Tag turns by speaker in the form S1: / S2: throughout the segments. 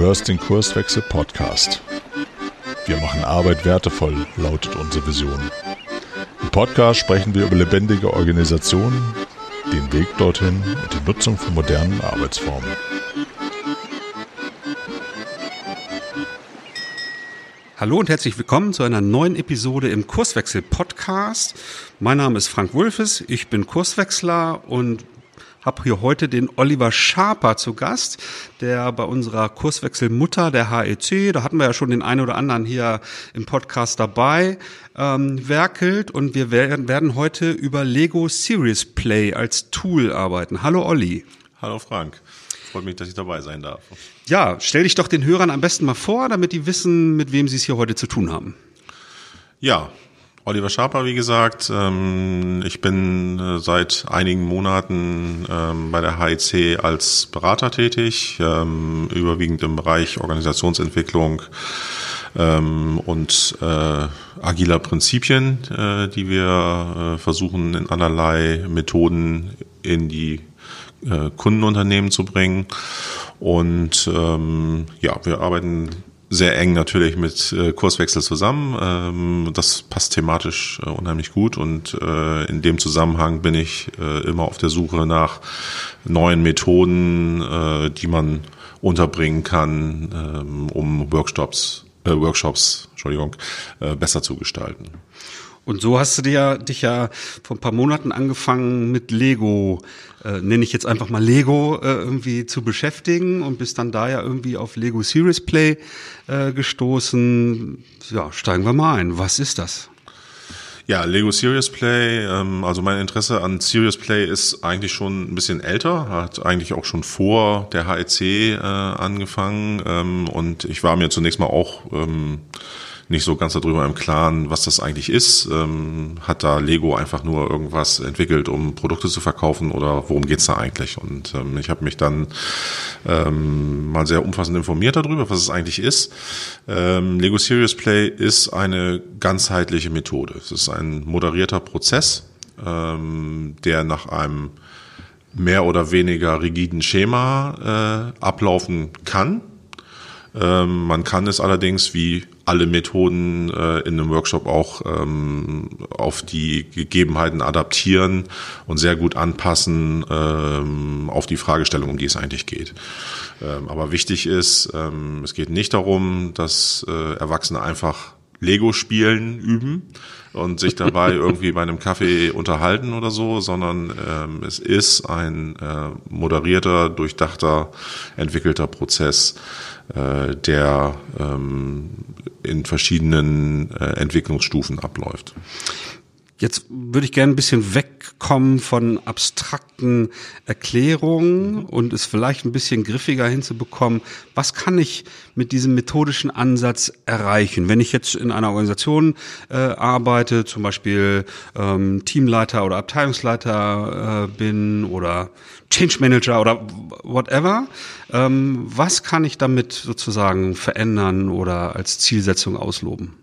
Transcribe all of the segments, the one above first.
S1: hörst den Kurswechsel Podcast. Wir machen Arbeit wertevoll, lautet unsere Vision. Im Podcast sprechen wir über lebendige Organisationen, den Weg dorthin und die Nutzung von modernen Arbeitsformen.
S2: Hallo und herzlich willkommen zu einer neuen Episode im Kurswechsel Podcast. Mein Name ist Frank Wulfes, ich bin Kurswechsler und habe hier heute den Oliver Schaper zu Gast, der bei unserer Kurswechselmutter, der HEC, da hatten wir ja schon den einen oder anderen hier im Podcast dabei, werkelt, und wir werden heute über Lego Serious Play als Tool arbeiten. Hallo Olli.
S3: Hallo Frank, freut mich, dass ich dabei sein darf.
S2: Ja, stell dich doch den Hörern am besten mal vor, damit die wissen, mit wem sie es hier heute zu tun haben.
S3: Ja, Oliver Schaper, wie gesagt. Ich bin seit einigen Monaten bei der HEC als Berater tätig, überwiegend im Bereich Organisationsentwicklung und agiler Prinzipien, die wir versuchen in allerlei Methoden in die Kundenunternehmen zu bringen. Und wir arbeiten sehr eng natürlich mit Kurswechsel zusammen. Das passt thematisch unheimlich gut, und in dem Zusammenhang bin ich immer auf der Suche nach neuen Methoden, die man unterbringen kann, um Workshops besser zu gestalten.
S2: Und so hast du dich ja vor ein paar Monaten angefangen mit Lego, nenne ich jetzt einfach mal Lego, irgendwie zu beschäftigen, und bist dann da ja irgendwie auf Lego Serious Play gestoßen. Ja, steigen wir mal ein. Was ist das?
S3: Ja, Lego Serious Play, also mein Interesse an Serious Play ist eigentlich schon ein bisschen älter, hat eigentlich auch schon vor der HEC angefangen, und ich war mir zunächst mal auch nicht so ganz darüber im Klaren, was das eigentlich ist. Hat da Lego einfach nur irgendwas entwickelt, um Produkte zu verkaufen, oder worum geht's da eigentlich? Und ich habe mich dann mal sehr umfassend informiert darüber, was es eigentlich ist. Lego Serious Play ist eine ganzheitliche Methode. Es ist ein moderierter Prozess, der nach einem mehr oder weniger rigiden Schema ablaufen kann. Man kann es allerdings, wie alle Methoden in einem Workshop, auch auf die Gegebenheiten adaptieren und sehr gut anpassen auf die Fragestellung, um die es eigentlich geht. Aber wichtig ist, es geht nicht darum, dass Erwachsene einfach Lego spielen üben und sich dabei irgendwie bei einem Kaffee unterhalten oder so, sondern es ist ein moderierter, durchdachter, entwickelter Prozess, der in verschiedenen Entwicklungsstufen abläuft.
S2: Jetzt würde ich gerne ein bisschen wegkommen von abstrakten Erklärungen und es vielleicht ein bisschen griffiger hinzubekommen. Was kann ich mit diesem methodischen Ansatz erreichen? Wenn ich jetzt in einer Organisation arbeite, zum Beispiel Teamleiter oder Abteilungsleiter bin oder Change Manager oder whatever, was kann ich damit sozusagen verändern oder als Zielsetzung ausloben?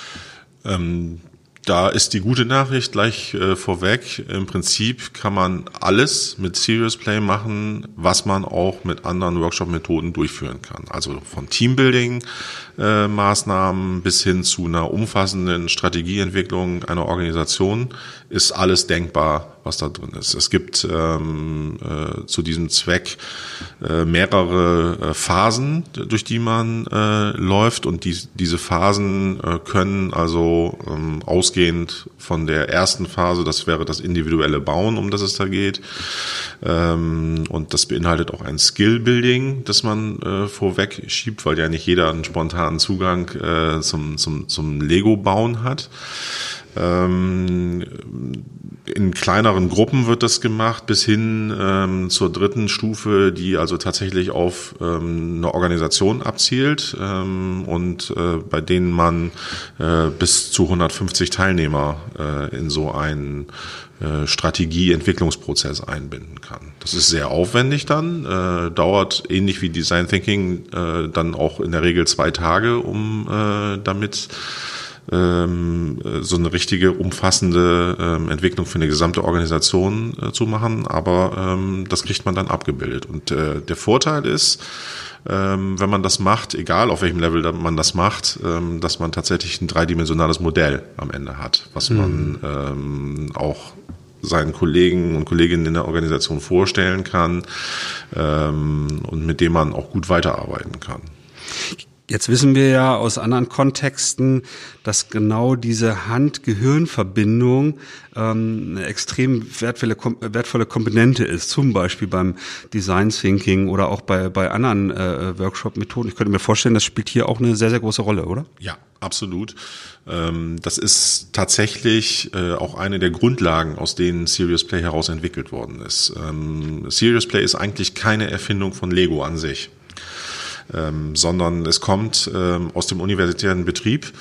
S3: Da ist die gute Nachricht gleich vorweg. Im Prinzip kann man alles mit Serious Play machen, was man auch mit anderen Workshop-Methoden durchführen kann. Also von Teambuilding-Maßnahmen bis hin zu einer umfassenden Strategieentwicklung einer Organisation ist alles denkbar, was da drin ist. Es gibt zu diesem Zweck mehrere Phasen, durch die man läuft, und diese Phasen können also ausgehend von der ersten Phase, das wäre das individuelle Bauen, um das es da geht, und das beinhaltet auch ein Skill-Building, das man vorweg schiebt, weil ja nicht jeder einen spontanen Zugang zum Lego-Bauen hat. In kleineren Gruppen wird das gemacht, bis hin zur dritten Stufe, die also tatsächlich auf eine Organisation abzielt, und bei denen man bis zu 150 Teilnehmer in so einen Strategie-Entwicklungsprozess einbinden kann. Das ist sehr aufwendig dann, dauert ähnlich wie Design Thinking dann auch in der Regel 2 Tage, um damit so eine richtige umfassende Entwicklung für eine gesamte Organisation zu machen, aber das kriegt man dann abgebildet. Und der Vorteil ist, wenn man das macht, egal auf welchem Level man das macht, dass man tatsächlich ein dreidimensionales Modell am Ende hat, was man auch seinen Kollegen und Kolleginnen in der Organisation vorstellen kann und mit dem man auch gut weiterarbeiten kann.
S2: Jetzt wissen wir ja aus anderen Kontexten, dass genau diese Hand-Gehirn-Verbindung eine extrem wertvolle Komponente ist, zum Beispiel beim Design Thinking oder auch bei anderen Workshop-Methoden. Ich könnte mir vorstellen, das spielt hier auch eine sehr, sehr große Rolle, oder?
S3: Ja, absolut. Das ist tatsächlich auch eine der Grundlagen, aus denen Serious Play heraus entwickelt worden ist. Serious Play ist eigentlich keine Erfindung von Lego an sich. Sondern es kommt aus dem universitären Betrieb.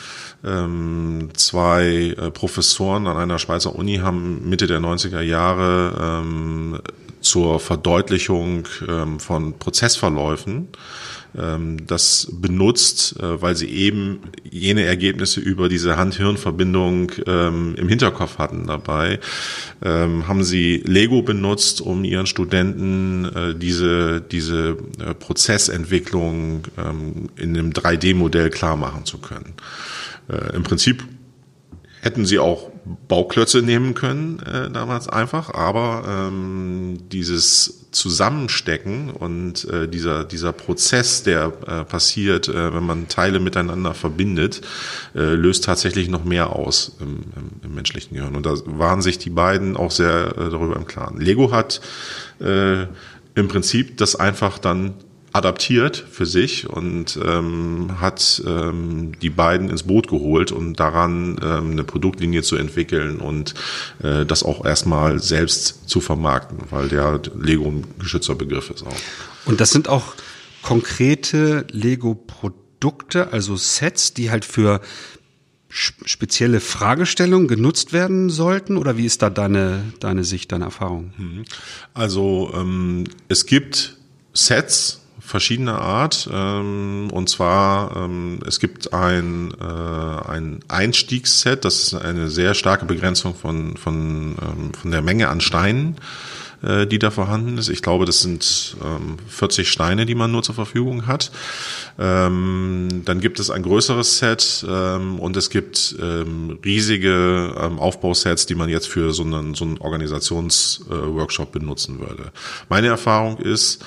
S3: Zwei Professoren an einer Schweizer Uni haben Mitte der 90er Jahre zur Verdeutlichung von Prozessverläufen das benutzt, weil sie eben jene Ergebnisse über diese Hand-Hirn-Verbindung im Hinterkopf hatten dabei, haben sie Lego benutzt, um ihren Studenten diese Prozessentwicklung in einem 3D-Modell klar machen zu können. Im Prinzip hätten sie auch Bauklötze nehmen können, damals einfach, aber dieses Zusammenstecken und dieser Prozess, der passiert, wenn man Teile miteinander verbindet, löst tatsächlich noch mehr aus im menschlichen Gehirn. Und da waren sich die beiden auch sehr darüber im Klaren. Lego hat im Prinzip das einfach dann adaptiert für sich und hat die beiden ins Boot geholt und daran eine Produktlinie zu entwickeln und das auch erstmal selbst zu vermarkten, weil der Lego ein geschützter Begriff ist auch.
S2: Und das sind auch konkrete Lego-Produkte, also Sets, die halt für spezielle Fragestellungen genutzt werden sollten? Oder wie ist da deine Sicht, deine Erfahrung?
S3: Also es gibt Sets verschiedener Art, und zwar es gibt ein Einstiegsset, das ist eine sehr starke Begrenzung von der Menge an Steinen, die da vorhanden ist. Ich glaube, das sind 40 Steine, die man nur zur Verfügung hat. Dann gibt es ein größeres Set und es gibt riesige Aufbausets, die man jetzt für so einen Organisationsworkshop benutzen würde. Meine Erfahrung ist,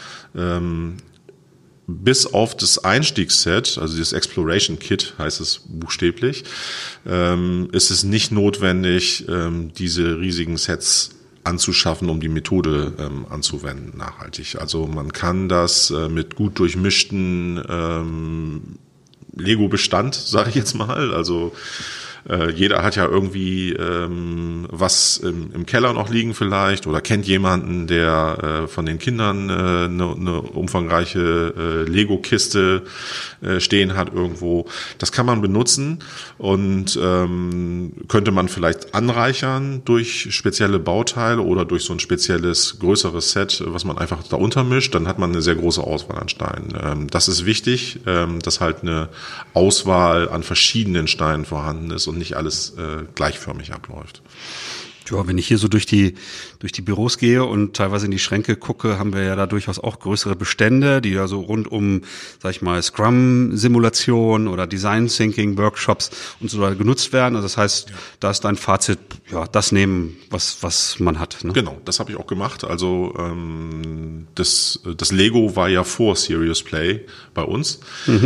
S3: bis auf das Einstiegsset, also das Exploration Kit heißt es buchstäblich, ist es nicht notwendig, diese riesigen Sets anzuschaffen, um die Methode anzuwenden nachhaltig. Also man kann das mit gut durchmischten Lego-Bestand, sage ich jetzt mal, also jeder hat ja irgendwie was im Keller noch liegen vielleicht oder kennt jemanden, der von den Kindern eine umfangreiche Lego-Kiste stehen hat irgendwo. Das kann man benutzen und könnte man vielleicht anreichern durch spezielle Bauteile oder durch so ein spezielles größeres Set, was man einfach da untermischt. Dann hat man eine sehr große Auswahl an Steinen. Das ist wichtig, dass halt eine Auswahl an verschiedenen Steinen vorhanden ist und nicht alles gleichförmig abläuft.
S2: Ja, wenn ich hier so durch die Büros gehe und teilweise in die Schränke gucke, haben wir ja da durchaus auch größere Bestände, die ja so rund um, sag ich mal, Scrum-Simulation oder Design Thinking Workshops und so weiter genutzt werden. Also das heißt, da ist dein Fazit, ja, das nehmen, was man hat. Ne?
S3: Genau, das habe ich auch gemacht. Also das Lego war ja vor Serious Play bei uns.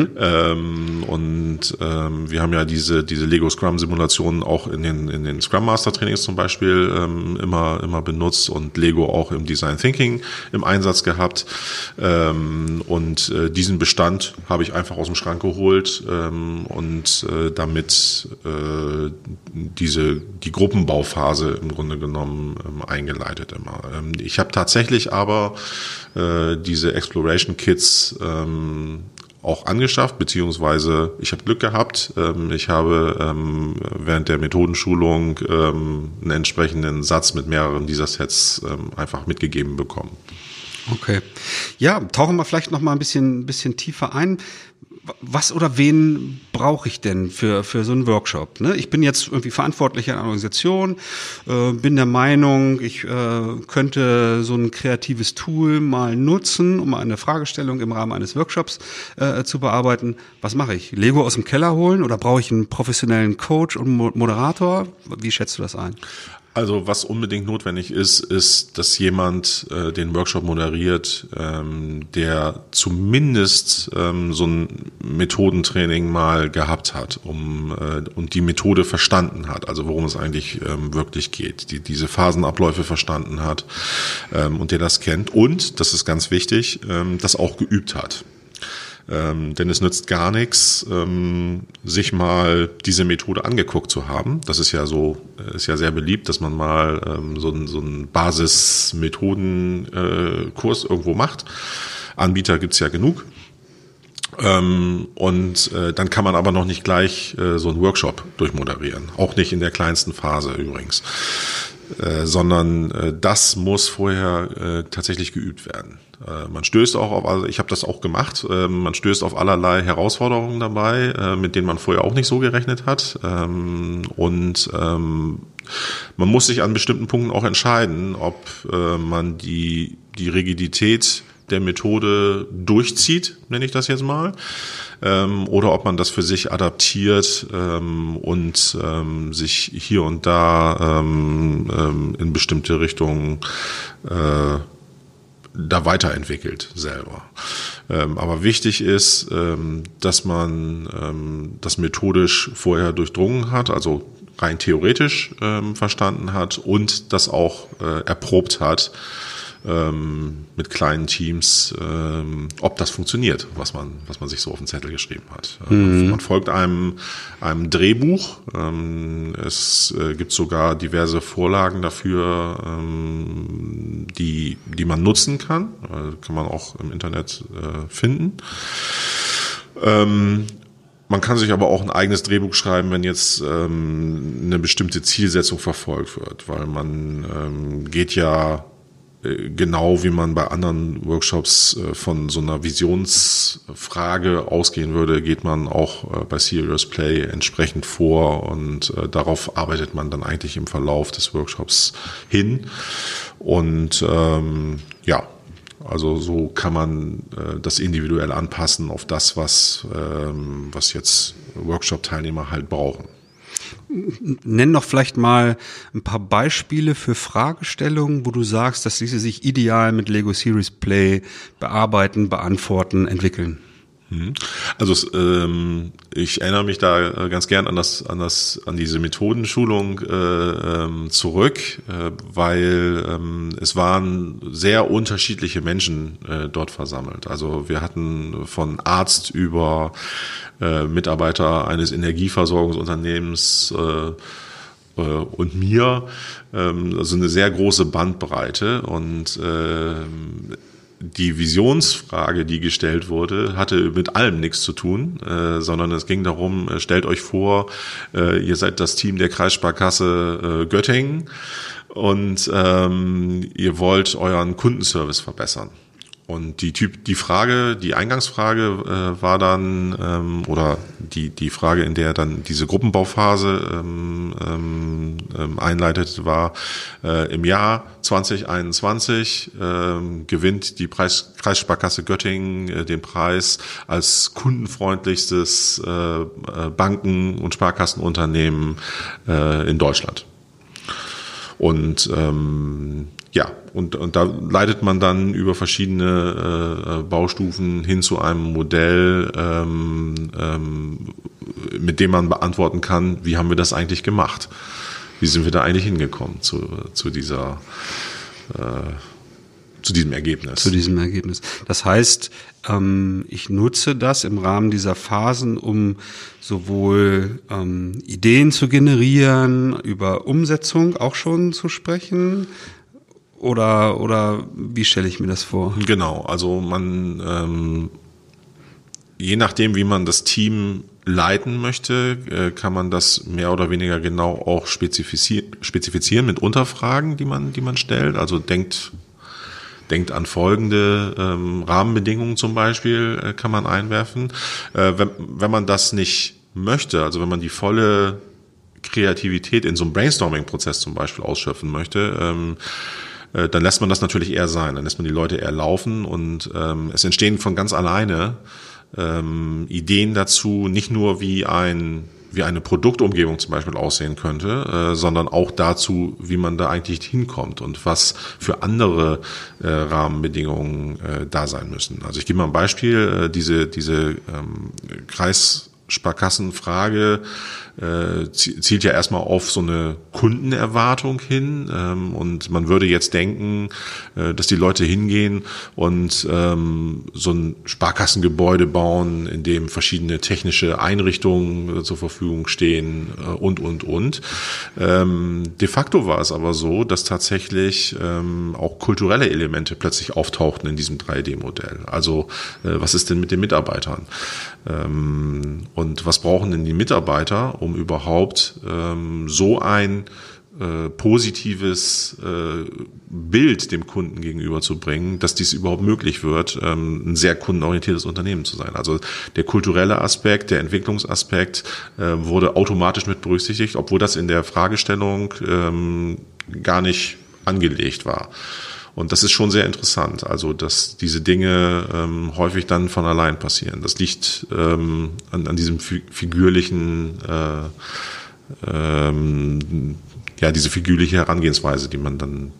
S3: Und wir haben ja diese Lego Scrum-Simulationen auch in den Scrum Master Trainings zum Beispiel immer benutzt und Lego auch im Design Thinking im Einsatz gehabt. Und diesen Bestand habe ich einfach aus dem Schrank geholt und damit die Gruppenbauphase im Grunde genommen eingeleitet immer. Ich habe tatsächlich aber diese Exploration Kits auch angeschafft, beziehungsweise ich habe Glück gehabt. Ich habe während der Methodenschulung einen entsprechenden Satz mit mehreren dieser Sets einfach mitgegeben bekommen.
S2: Okay. Ja, tauchen wir vielleicht noch mal ein bisschen tiefer ein. Was oder wen brauche ich denn für so einen Workshop? Ne? Ich bin jetzt irgendwie verantwortlich in einer Organisation, bin der Meinung, ich könnte so ein kreatives Tool mal nutzen, um eine Fragestellung im Rahmen eines Workshops zu bearbeiten. Was mache ich? Lego aus dem Keller holen oder brauche ich einen professionellen Coach und Moderator? Wie schätzt du das ein?
S3: Also was unbedingt notwendig ist, dass jemand den Workshop moderiert, der zumindest so ein Methodentraining mal gehabt hat und die Methode verstanden hat, also worum es eigentlich wirklich geht, diese Phasenabläufe verstanden hat und der das kennt und, das ist ganz wichtig, das auch geübt hat. Denn es nützt gar nichts, sich mal diese Methode angeguckt zu haben. Das ist ja sehr beliebt, dass man mal so einen Basismethodenkurs irgendwo macht. Anbieter gibt's ja genug. Und dann kann man aber noch nicht gleich so einen Workshop durchmoderieren. Auch nicht in der kleinsten Phase übrigens. Sondern das muss vorher tatsächlich geübt werden. Man stößt auch auf, also ich habe das auch gemacht, man stößt auf allerlei Herausforderungen dabei, mit denen man vorher auch nicht so gerechnet hat. Und man muss sich an bestimmten Punkten auch entscheiden, ob man die Rigidität der Methode durchzieht, nenne ich das jetzt mal, oder ob man das für sich adaptiert und sich hier und da in bestimmte Richtungen da weiterentwickelt selber. Aber wichtig ist, dass man das methodisch vorher durchdrungen hat, also rein theoretisch verstanden hat und das auch erprobt hat mit kleinen Teams, ob das funktioniert, was man sich so auf den Zettel geschrieben hat. Man folgt einem Drehbuch. Es gibt sogar diverse Vorlagen dafür, die man nutzen kann. Kann man auch im Internet finden. Man kann sich aber auch ein eigenes Drehbuch schreiben, wenn jetzt eine bestimmte Zielsetzung verfolgt wird, weil man geht ja genau wie man bei anderen Workshops von so einer Visionsfrage ausgehen würde, geht man auch bei Serious Play entsprechend vor und darauf arbeitet man dann eigentlich im Verlauf des Workshops hin. Und also so kann man das individuell anpassen auf das, was jetzt Workshop-Teilnehmer halt brauchen.
S2: Nenn doch vielleicht mal ein paar Beispiele für Fragestellungen, wo du sagst, dass diese sich ideal mit Lego Serious Play bearbeiten, beantworten, entwickeln.
S3: Also ich erinnere mich da ganz gern an diese Methodenschulung zurück, weil es waren sehr unterschiedliche Menschen dort versammelt. Also wir hatten von Arzt über Mitarbeiter eines Energieversorgungsunternehmens und mir, also eine sehr große Bandbreite und die Visionsfrage, die gestellt wurde, hatte mit allem nichts zu tun, sondern es ging darum, stellt euch vor, ihr seid das Team der Kreissparkasse Göttingen und ihr wollt euren Kundenservice verbessern. Und die Eingangsfrage war dann, oder die Frage, in der dann diese Gruppenbauphase einleitet, war, im Jahr 2021 gewinnt die Kreissparkasse Göttingen den Preis als kundenfreundlichstes Banken- und Sparkassenunternehmen in Deutschland. Und und da leitet man dann über verschiedene Baustufen hin zu einem Modell, mit dem man beantworten kann, wie haben wir das eigentlich gemacht? Wie sind wir da eigentlich hingekommen zu diesem Ergebnis?
S2: Zu diesem Ergebnis. Das heißt, ich nutze das im Rahmen dieser Phasen, um sowohl Ideen zu generieren, über Umsetzung auch schon zu sprechen. Oder wie stelle ich mir das vor?
S3: Genau, also man, je nachdem, wie man das Team leiten möchte, kann man das mehr oder weniger genau auch spezifizieren mit Unterfragen, die man stellt. Also denkt denkt an folgende Rahmenbedingungen zum Beispiel, kann man einwerfen. Wenn man das nicht möchte, also wenn man die volle Kreativität in so einem Brainstorming-Prozess zum Beispiel ausschöpfen möchte, dann lässt man das natürlich eher sein. Dann lässt man die Leute eher laufen und es entstehen von ganz alleine Ideen dazu, nicht nur wie eine Produktumgebung zum Beispiel aussehen könnte, sondern auch dazu, wie man da eigentlich hinkommt und was für andere Rahmenbedingungen da sein müssen. Also ich gebe mal ein Beispiel, diese Kreissparkassenfrage zielt ja erstmal auf so eine Kundenerwartung hin und man würde jetzt denken, dass die Leute hingehen und so ein Sparkassengebäude bauen, in dem verschiedene technische Einrichtungen zur Verfügung stehen und. De facto war es aber so, dass tatsächlich auch kulturelle Elemente plötzlich auftauchten in diesem 3D-Modell. Also was ist denn mit den Mitarbeitern? Und was brauchen denn die Mitarbeiter, um überhaupt so ein positives Bild dem Kunden gegenüberzubringen, dass dies überhaupt möglich wird, ein sehr kundenorientiertes Unternehmen zu sein. Also der kulturelle Aspekt, der Entwicklungsaspekt wurde automatisch mit berücksichtigt, obwohl das in der Fragestellung gar nicht angelegt war. Und das ist schon sehr interessant, also dass diese Dinge häufig dann von allein passieren. Das liegt an diesem figürlichen, diese figürliche Herangehensweise, die man dann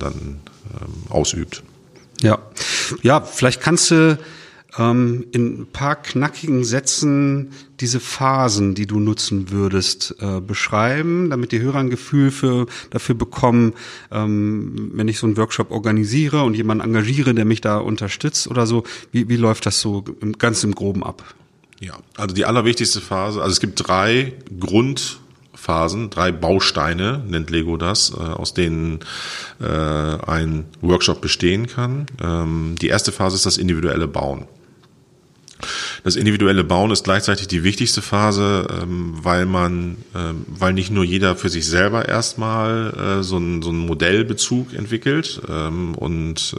S3: ausübt.
S2: Ja, vielleicht kannst du in ein paar knackigen Sätzen diese Phasen, die du nutzen würdest, beschreiben, damit die Hörer ein Gefühl dafür bekommen, wenn ich so einen Workshop organisiere und jemanden engagiere, der mich da unterstützt oder so, wie läuft das so ganz im Groben ab?
S3: Ja, also die allerwichtigste Phase, also es gibt 3 Grundphasen, 3 Bausteine, nennt Lego das, aus denen ein Workshop bestehen kann. Die erste Phase ist das individuelle Bauen. Das individuelle Bauen ist gleichzeitig die wichtigste Phase, weil nicht nur jeder für sich selber erstmal so einen Modellbezug entwickelt und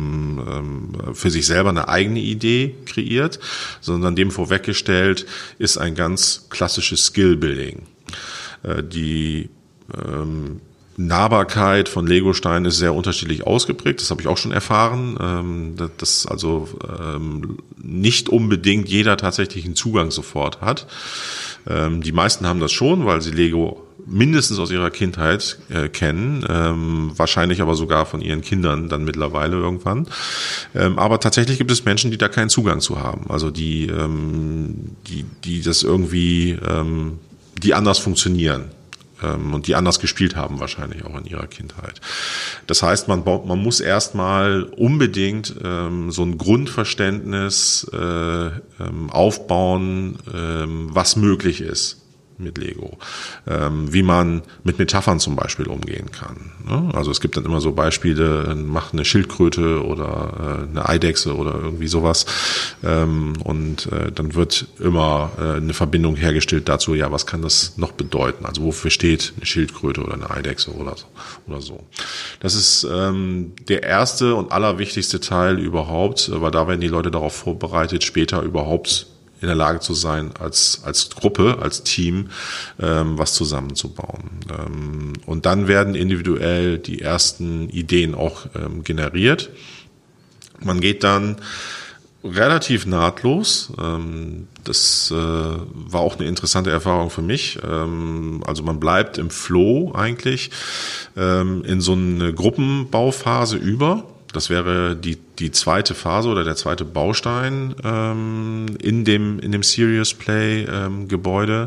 S3: für sich selber eine eigene Idee kreiert, sondern dem vorweggestellt ist ein ganz klassisches Skill-Building. Die Nahbarkeit von Legosteinen ist sehr unterschiedlich ausgeprägt, das habe ich auch schon erfahren, dass also nicht unbedingt jeder tatsächlich einen Zugang sofort hat. Die meisten haben das schon, weil sie Lego mindestens aus ihrer Kindheit kennen, wahrscheinlich aber sogar von ihren Kindern dann mittlerweile irgendwann. Aber tatsächlich gibt es Menschen, die da keinen Zugang zu haben, also die das irgendwie, die anders funktionieren. Und die anders gespielt haben wahrscheinlich auch in ihrer Kindheit. Das heißt, man muss erstmal unbedingt so ein Grundverständnis aufbauen, was möglich ist mit Lego, wie man mit Metaphern zum Beispiel umgehen kann. Also es gibt dann immer so Beispiele, mach eine Schildkröte oder eine Eidechse oder irgendwie sowas und dann wird immer eine Verbindung hergestellt dazu, ja, was kann das noch bedeuten? Also wofür steht eine Schildkröte oder eine Eidechse oder so. Das ist der erste und allerwichtigste Teil überhaupt, weil da werden die Leute darauf vorbereitet, später überhaupt in der Lage zu sein, als Gruppe, als Team was zusammenzubauen. Und dann werden individuell die ersten Ideen auch generiert. Man geht dann relativ nahtlos. Das war auch eine interessante Erfahrung für mich. Also man bleibt im Flow eigentlich in so eine Gruppenbauphase über. Das wäre die zweite Phase oder der zweite Baustein in dem Serious Play Gebäude.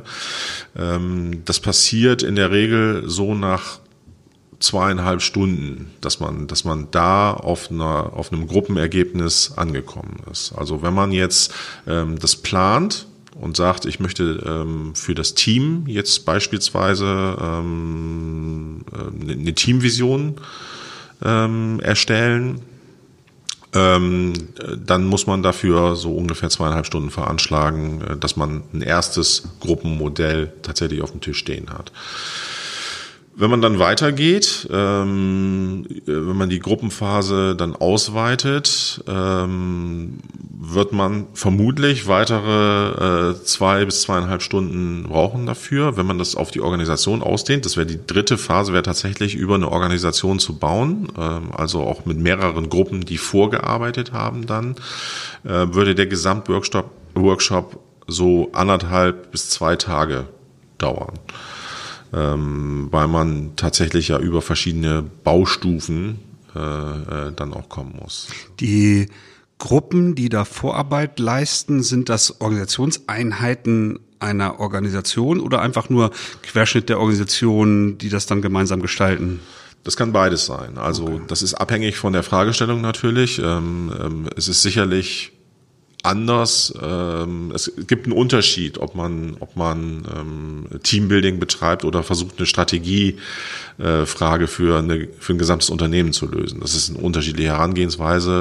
S3: Das passiert in der Regel so nach 2,5 Stunden, dass man da auf einem Gruppenergebnis angekommen ist. Also wenn man jetzt das plant und sagt, ich möchte für das Team jetzt beispielsweise eine Teamvision erstellen, dann muss man dafür so ungefähr 2,5 Stunden veranschlagen, dass man ein erstes Gruppenmodell tatsächlich auf dem Tisch stehen hat. Wenn man dann weitergeht, wenn man die Gruppenphase dann ausweitet, wird man vermutlich weitere 2 bis 2,5 Stunden brauchen dafür. Wenn man das auf die Organisation ausdehnt, das wäre die dritte Phase, wäre tatsächlich über eine Organisation zu bauen, also auch mit mehreren Gruppen, die vorgearbeitet haben dann, würde der Gesamtworkshop so 1,5 bis 2 Tage dauern. Weil man tatsächlich ja über verschiedene Baustufen dann auch kommen muss.
S2: Die Gruppen, die da Vorarbeit leisten, sind das Organisationseinheiten einer Organisation oder einfach nur Querschnitt der Organisation, die das dann gemeinsam gestalten?
S3: Das kann beides sein. Also okay. Das ist abhängig von der Fragestellung natürlich. Es ist sicherlich anders. Es gibt einen Unterschied, ob man Teambuilding betreibt oder versucht, eine Strategiefrage für ein gesamtes Unternehmen zu lösen. Das ist eine unterschiedliche Herangehensweise.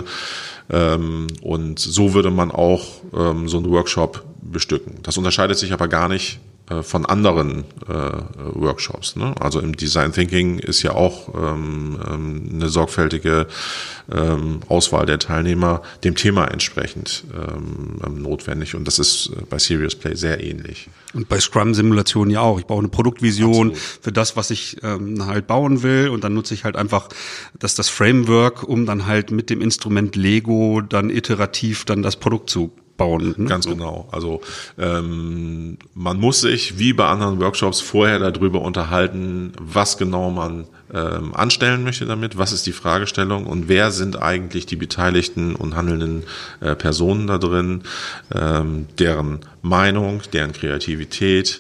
S3: Und so würde man auch so einen Workshop bestücken. Das unterscheidet sich aber gar nicht von anderen Workshops. Ne? Also im Design Thinking ist ja auch eine sorgfältige Auswahl der Teilnehmer dem Thema entsprechend notwendig. Und das ist bei Serious Play sehr ähnlich.
S2: Und bei Scrum-Simulationen ja auch. Ich baue eine Produktvision für das, was ich halt bauen will. Und dann nutze ich halt einfach das Framework, um dann halt mit dem Instrument Lego dann iterativ dann das Produkt zu bauen.
S3: Ganz genau. Also man muss sich wie bei anderen Workshops vorher darüber unterhalten, was genau man anstellen möchte damit, was ist die Fragestellung und wer sind eigentlich die beteiligten und handelnden Personen da drin, deren Meinung, deren Kreativität,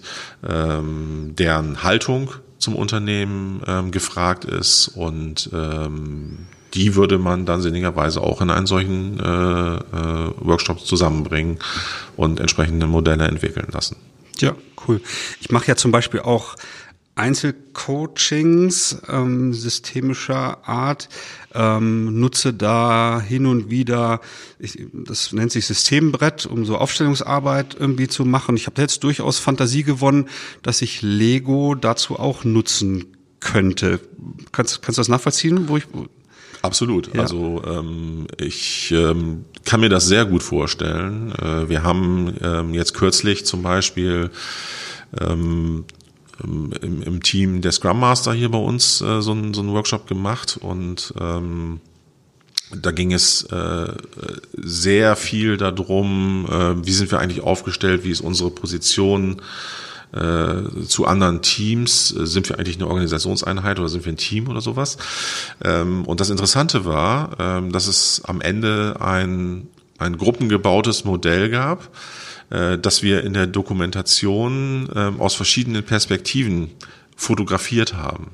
S3: deren Haltung zum Unternehmen gefragt ist und die würde man dann sinnigerweise auch in einen solchen Workshop zusammenbringen und entsprechende Modelle entwickeln lassen.
S2: Ja, cool. Ich mache ja zum Beispiel auch Einzelcoachings systemischer Art, nutze da hin und wieder, das nennt sich Systembrett, um so Aufstellungsarbeit irgendwie zu machen. Ich habe jetzt durchaus Fantasie gewonnen, dass ich Lego dazu auch nutzen könnte. Kannst du das nachvollziehen, wo ich...
S3: Absolut. Ja. Also ich kann mir das sehr gut vorstellen. Wir haben jetzt kürzlich zum Beispiel im Team der Scrum Master hier bei uns so einen Workshop gemacht und da ging es sehr viel darum, wie sind wir eigentlich aufgestellt, wie ist unsere Position zu anderen Teams, sind wir eigentlich eine Organisationseinheit oder sind wir ein Team oder sowas. Und das Interessante war, dass es am Ende ein gruppengebautes Modell gab, das wir in der Dokumentation aus verschiedenen Perspektiven fotografiert haben.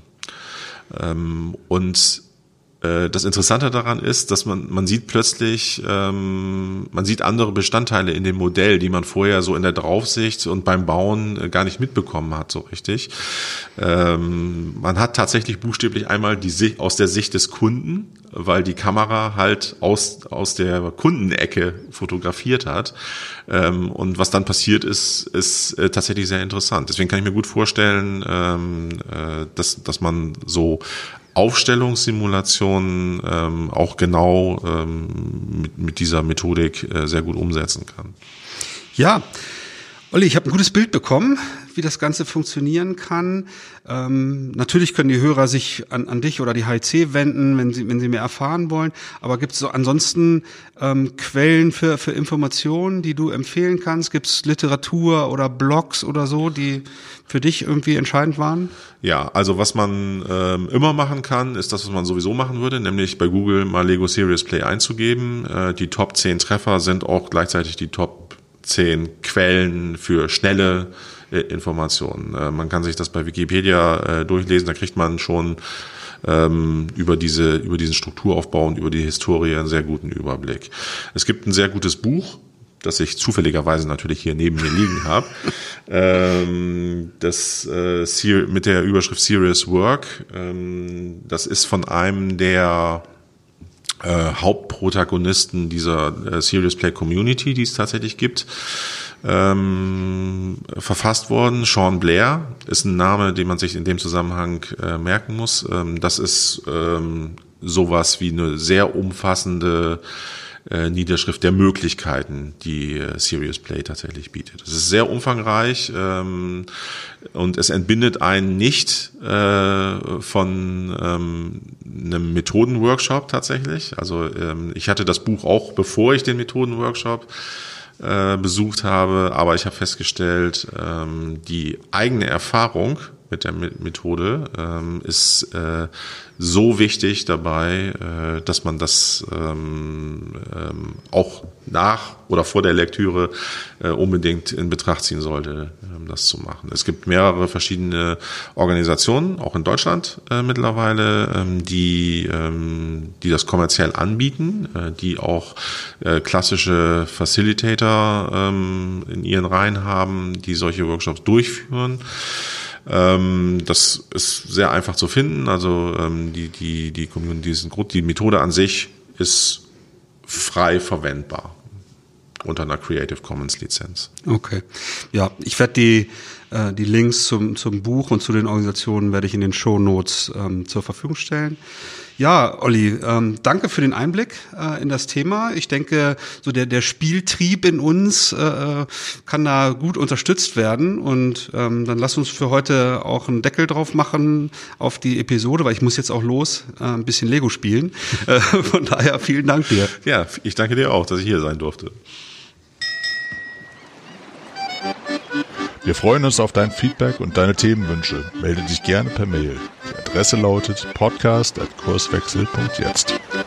S3: Und das Interessante daran ist, dass man sieht plötzlich, man sieht andere Bestandteile in dem Modell, die man vorher so in der Draufsicht und beim Bauen gar nicht mitbekommen hat, so richtig. Man hat tatsächlich buchstäblich einmal die Sicht aus der Sicht des Kunden, weil die Kamera halt aus der Kundenecke fotografiert hat. Und was dann passiert ist tatsächlich sehr interessant. Deswegen kann ich mir gut vorstellen, dass man so Aufstellungssimulationen auch genau mit dieser Methodik sehr gut umsetzen kann.
S2: Ja, Olli, ich habe ein gutes Bild bekommen, wie das Ganze funktionieren kann. Natürlich können die Hörer sich an dich oder die HIC wenden, wenn sie mehr erfahren wollen. Aber gibt es so ansonsten Quellen für Informationen, die du empfehlen kannst? Gibt es Literatur oder Blogs oder so, die für dich irgendwie entscheidend waren?
S3: Ja, also was man immer machen kann, ist das, was man sowieso machen würde, nämlich bei Google mal Lego Serious Play einzugeben. Die Top 10 Treffer sind auch gleichzeitig die Top 10 Quellen für schnelle Informationen. Man kann sich das bei Wikipedia durchlesen, da kriegt man schon über diesen Strukturaufbau und über die Historie einen sehr guten Überblick. Es gibt ein sehr gutes Buch, das ich zufälligerweise natürlich hier neben mir liegen habe, das mit der Überschrift Serious Work. Das ist von einem der Hauptprotagonisten dieser Serious Play Community, die es tatsächlich gibt, verfasst worden. Sean Blair ist ein Name, den man sich in dem Zusammenhang merken muss. Das ist sowas wie eine sehr umfassende Niederschrift der Möglichkeiten, die Serious Play tatsächlich bietet. Es ist sehr umfangreich und es entbindet einen nicht von einem Methodenworkshop tatsächlich. Also ich hatte das Buch auch, bevor ich den Methodenworkshop besucht habe, aber ich habe festgestellt, die eigene Erfahrung mit der Methode ist so wichtig dabei, dass man das auch nach oder vor der Lektüre unbedingt in Betracht ziehen sollte, das zu machen. Es gibt mehrere verschiedene Organisationen, auch in Deutschland mittlerweile, die das kommerziell anbieten, die auch klassische Facilitator in ihren Reihen haben, die solche Workshops durchführen. Das ist sehr einfach zu finden. Also die Community ist die Methode an sich ist frei verwendbar unter einer Creative Commons Lizenz.
S2: Okay. Ja, ich werde die Links zum Buch und zu den Organisationen werde ich in den Shownotes zur Verfügung stellen. Ja, Olli, danke für den Einblick in das Thema. Ich denke, so der Spieltrieb in uns kann da gut unterstützt werden und dann lass uns für heute auch einen Deckel drauf machen auf die Episode, weil ich muss jetzt auch los, ein bisschen Lego spielen. Von daher vielen Dank dir.
S3: Ja, ich danke dir auch, dass ich hier sein durfte.
S1: Wir freuen uns auf dein Feedback und deine Themenwünsche. Melde dich gerne per Mail. Die Adresse lautet podcast@kurswechsel.jetzt.